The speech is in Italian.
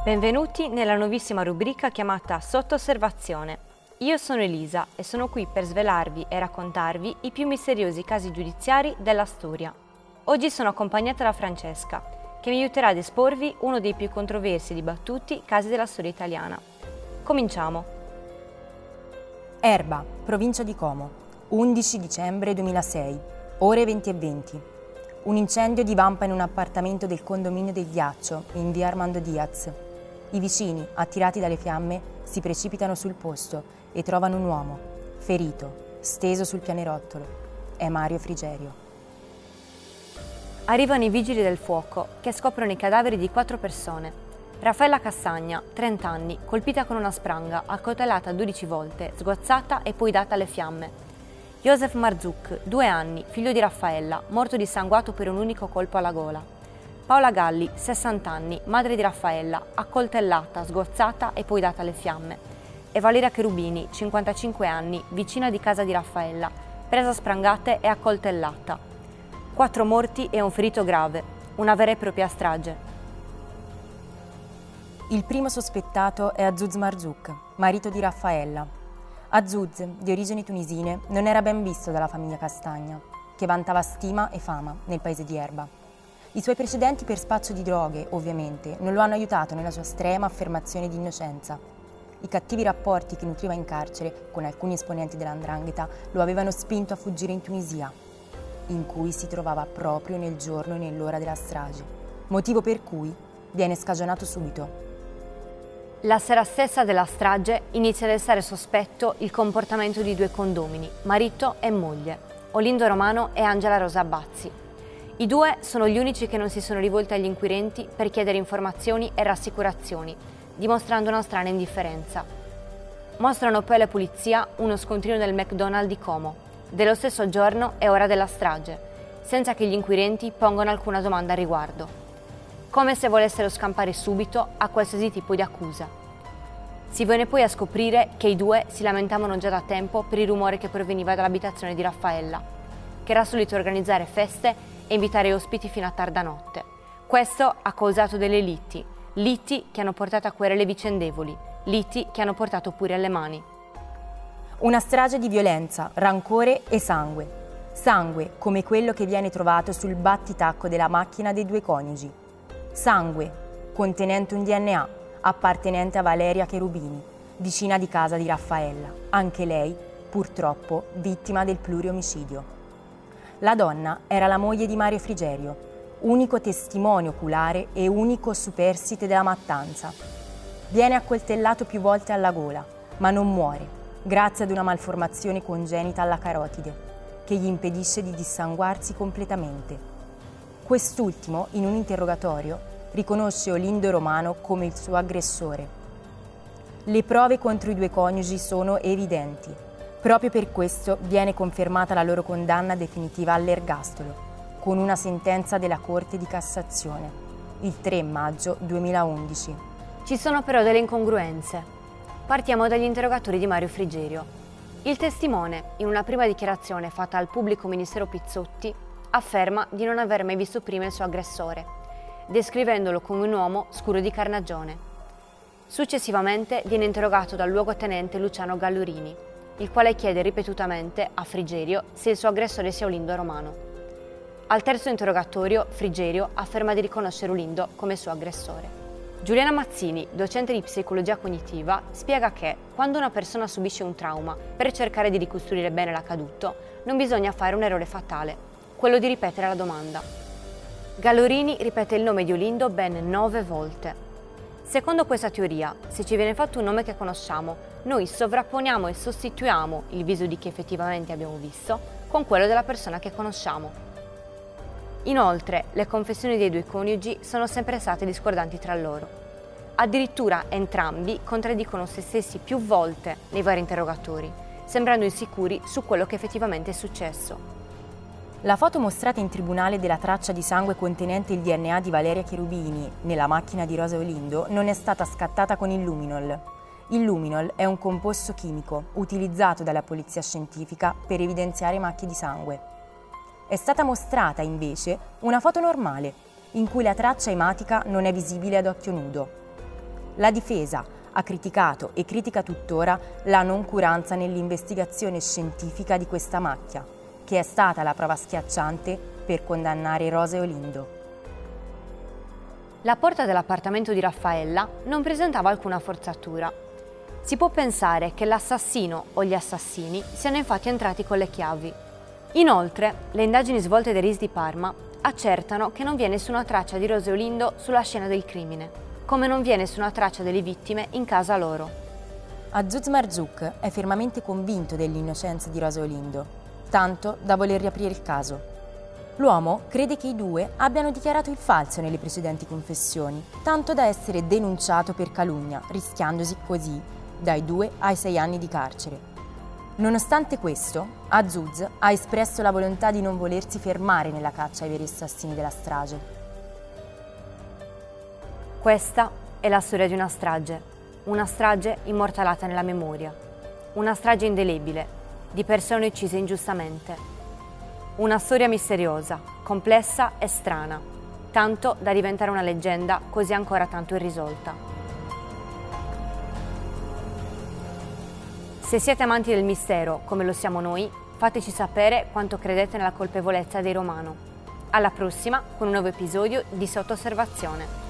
Benvenuti nella nuovissima rubrica chiamata Sotto Osservazione. Io sono Elisa e sono qui per svelarvi e raccontarvi i più misteriosi casi giudiziari della storia. Oggi sono accompagnata da Francesca, che mi aiuterà ad esporvi uno dei più controversi e dibattuti casi della storia italiana. Cominciamo. Erba, provincia di Como, 11 dicembre 2006, ore 20:20. Un incendio divampa in un appartamento del condominio del Ghiaccio, in via Armando Diaz. I vicini, attirati dalle fiamme, si precipitano sul posto e trovano un uomo, ferito, steso sul pianerottolo. È Mario Frigerio. Arrivano i vigili del fuoco, che scoprono i cadaveri di 4 persone. Raffaella Cassagna, 30 anni, colpita con una spranga, accoltellata 12 volte, sguazzata e poi data alle fiamme. Josef Marzuc, 2 anni, figlio di Raffaella, morto dissanguato per un unico colpo alla gola. Paola Galli, 60 anni, madre di Raffaella, accoltellata, sgozzata e poi data alle fiamme. E Valeria Cherubini, 55 anni, vicina di casa di Raffaella, presa a sprangate e accoltellata. 4 morti e un ferito grave, una vera e propria strage. Il primo sospettato è Azzouz Marzouk, marito di Raffaella. Azzouz, di origini tunisine, non era ben visto dalla famiglia Castagna, che vantava stima e fama nel paese di Erba. I suoi precedenti per spaccio di droghe, ovviamente, non lo hanno aiutato nella sua estrema affermazione di innocenza. I cattivi rapporti che nutriva in carcere con alcuni esponenti della 'ndrangheta lo avevano spinto a fuggire in Tunisia, in cui si trovava proprio nel giorno e nell'ora della strage, motivo per cui viene scagionato subito. La sera stessa della strage inizia ad essere sospetto il comportamento di 2 condomini, marito e moglie, Olindo Romano e Angela Rosa Abbazzi. I 2 sono gli unici che non si sono rivolti agli inquirenti per chiedere informazioni e rassicurazioni, dimostrando una strana indifferenza. Mostrano poi alla polizia uno scontrino nel McDonald's di Como, dello stesso giorno e ora della strage, senza che gli inquirenti pongano alcuna domanda a riguardo. Come se volessero scampare subito a qualsiasi tipo di accusa. Si viene poi a scoprire che i 2 si lamentavano già da tempo per il rumore che proveniva dall'abitazione di Raffaella, che era solito organizzare feste e invitare ospiti fino a tarda notte. Questo ha causato delle liti che hanno portato a querele vicendevoli, liti che hanno portato pure alle mani. Una strage di violenza, rancore e sangue. Sangue come quello che viene trovato sul battitacco della macchina dei 2 coniugi. Sangue contenente un DNA appartenente a Valeria Cherubini, vicina di casa di Raffaella, anche lei purtroppo vittima del pluriomicidio. La donna era la moglie di Mario Frigerio, unico testimone oculare e unico superstite della mattanza. Viene accoltellato più volte alla gola, ma non muore, grazie ad una malformazione congenita alla carotide, che gli impedisce di dissanguarsi completamente. Quest'ultimo, in un interrogatorio, riconosce Olindo Romano come il suo aggressore. Le prove contro i 2 coniugi sono evidenti. Proprio per questo viene confermata la loro condanna definitiva all'ergastolo, con una sentenza della Corte di Cassazione, il 3 maggio 2011. Ci sono però delle incongruenze. Partiamo dagli interrogatori di Mario Frigerio. Il testimone, in una prima dichiarazione fatta al pubblico ministero Pizzotti, afferma di non aver mai visto prima il suo aggressore, descrivendolo come un uomo scuro di carnagione. Successivamente viene interrogato dal luogotenente Luciano Gallorini, il quale chiede ripetutamente a Frigerio se il suo aggressore sia Olindo Romano. Al terzo interrogatorio, Frigerio afferma di riconoscere Olindo come suo aggressore. Giuliana Mazzini, docente di psicologia cognitiva, spiega che quando una persona subisce un trauma, per cercare di ricostruire bene l'accaduto, non bisogna fare un errore fatale, quello di ripetere la domanda. Gallorini ripete il nome di Olindo ben 9 volte. Secondo questa teoria, se ci viene fatto un nome che conosciamo, noi sovrapponiamo e sostituiamo il viso di chi effettivamente abbiamo visto con quello della persona che conosciamo. Inoltre, le confessioni dei 2 coniugi sono sempre state discordanti tra loro. Addirittura entrambi contraddicono se stessi più volte nei vari interrogatori, sembrando insicuri su quello che effettivamente è successo. La foto mostrata in tribunale della traccia di sangue contenente il DNA di Valeria Cherubini nella macchina di Rosa Olindo non è stata scattata con il luminol. Il luminol è un composto chimico utilizzato dalla polizia scientifica per evidenziare macchie di sangue. È stata mostrata invece una foto normale, in cui la traccia ematica non è visibile ad occhio nudo. La difesa ha criticato e critica tuttora la noncuranza nell'investigazione scientifica di questa macchia, che è stata la prova schiacciante per condannare Rosa e Olindo. La porta dell'appartamento di Raffaella non presentava alcuna forzatura. Si può pensare che l'assassino o gli assassini siano infatti entrati con le chiavi. Inoltre, le indagini svolte dai RIS di Parma accertano che non vi è nessuna traccia di Rosa e Olindo sulla scena del crimine, come non vi è nessuna traccia delle vittime in casa loro. Azzouz Marzouk è fermamente convinto dell'innocenza di Rosa e Olindo, tanto da voler riaprire il caso. L'uomo crede che i due abbiano dichiarato il falso nelle precedenti confessioni, tanto da essere denunciato per calunnia, rischiandosi così dai 2 ai 6 anni di carcere. Nonostante questo, Azzouz ha espresso la volontà di non volersi fermare nella caccia ai veri assassini della strage. Questa è la storia di una strage immortalata nella memoria, una strage indelebile, di persone uccise ingiustamente. Una storia misteriosa, complessa e strana, tanto da diventare una leggenda così ancora tanto irrisolta. Se siete amanti del mistero, come lo siamo noi, fateci sapere quanto credete nella colpevolezza dei Romano. Alla prossima con un nuovo episodio di Sotto Osservazione.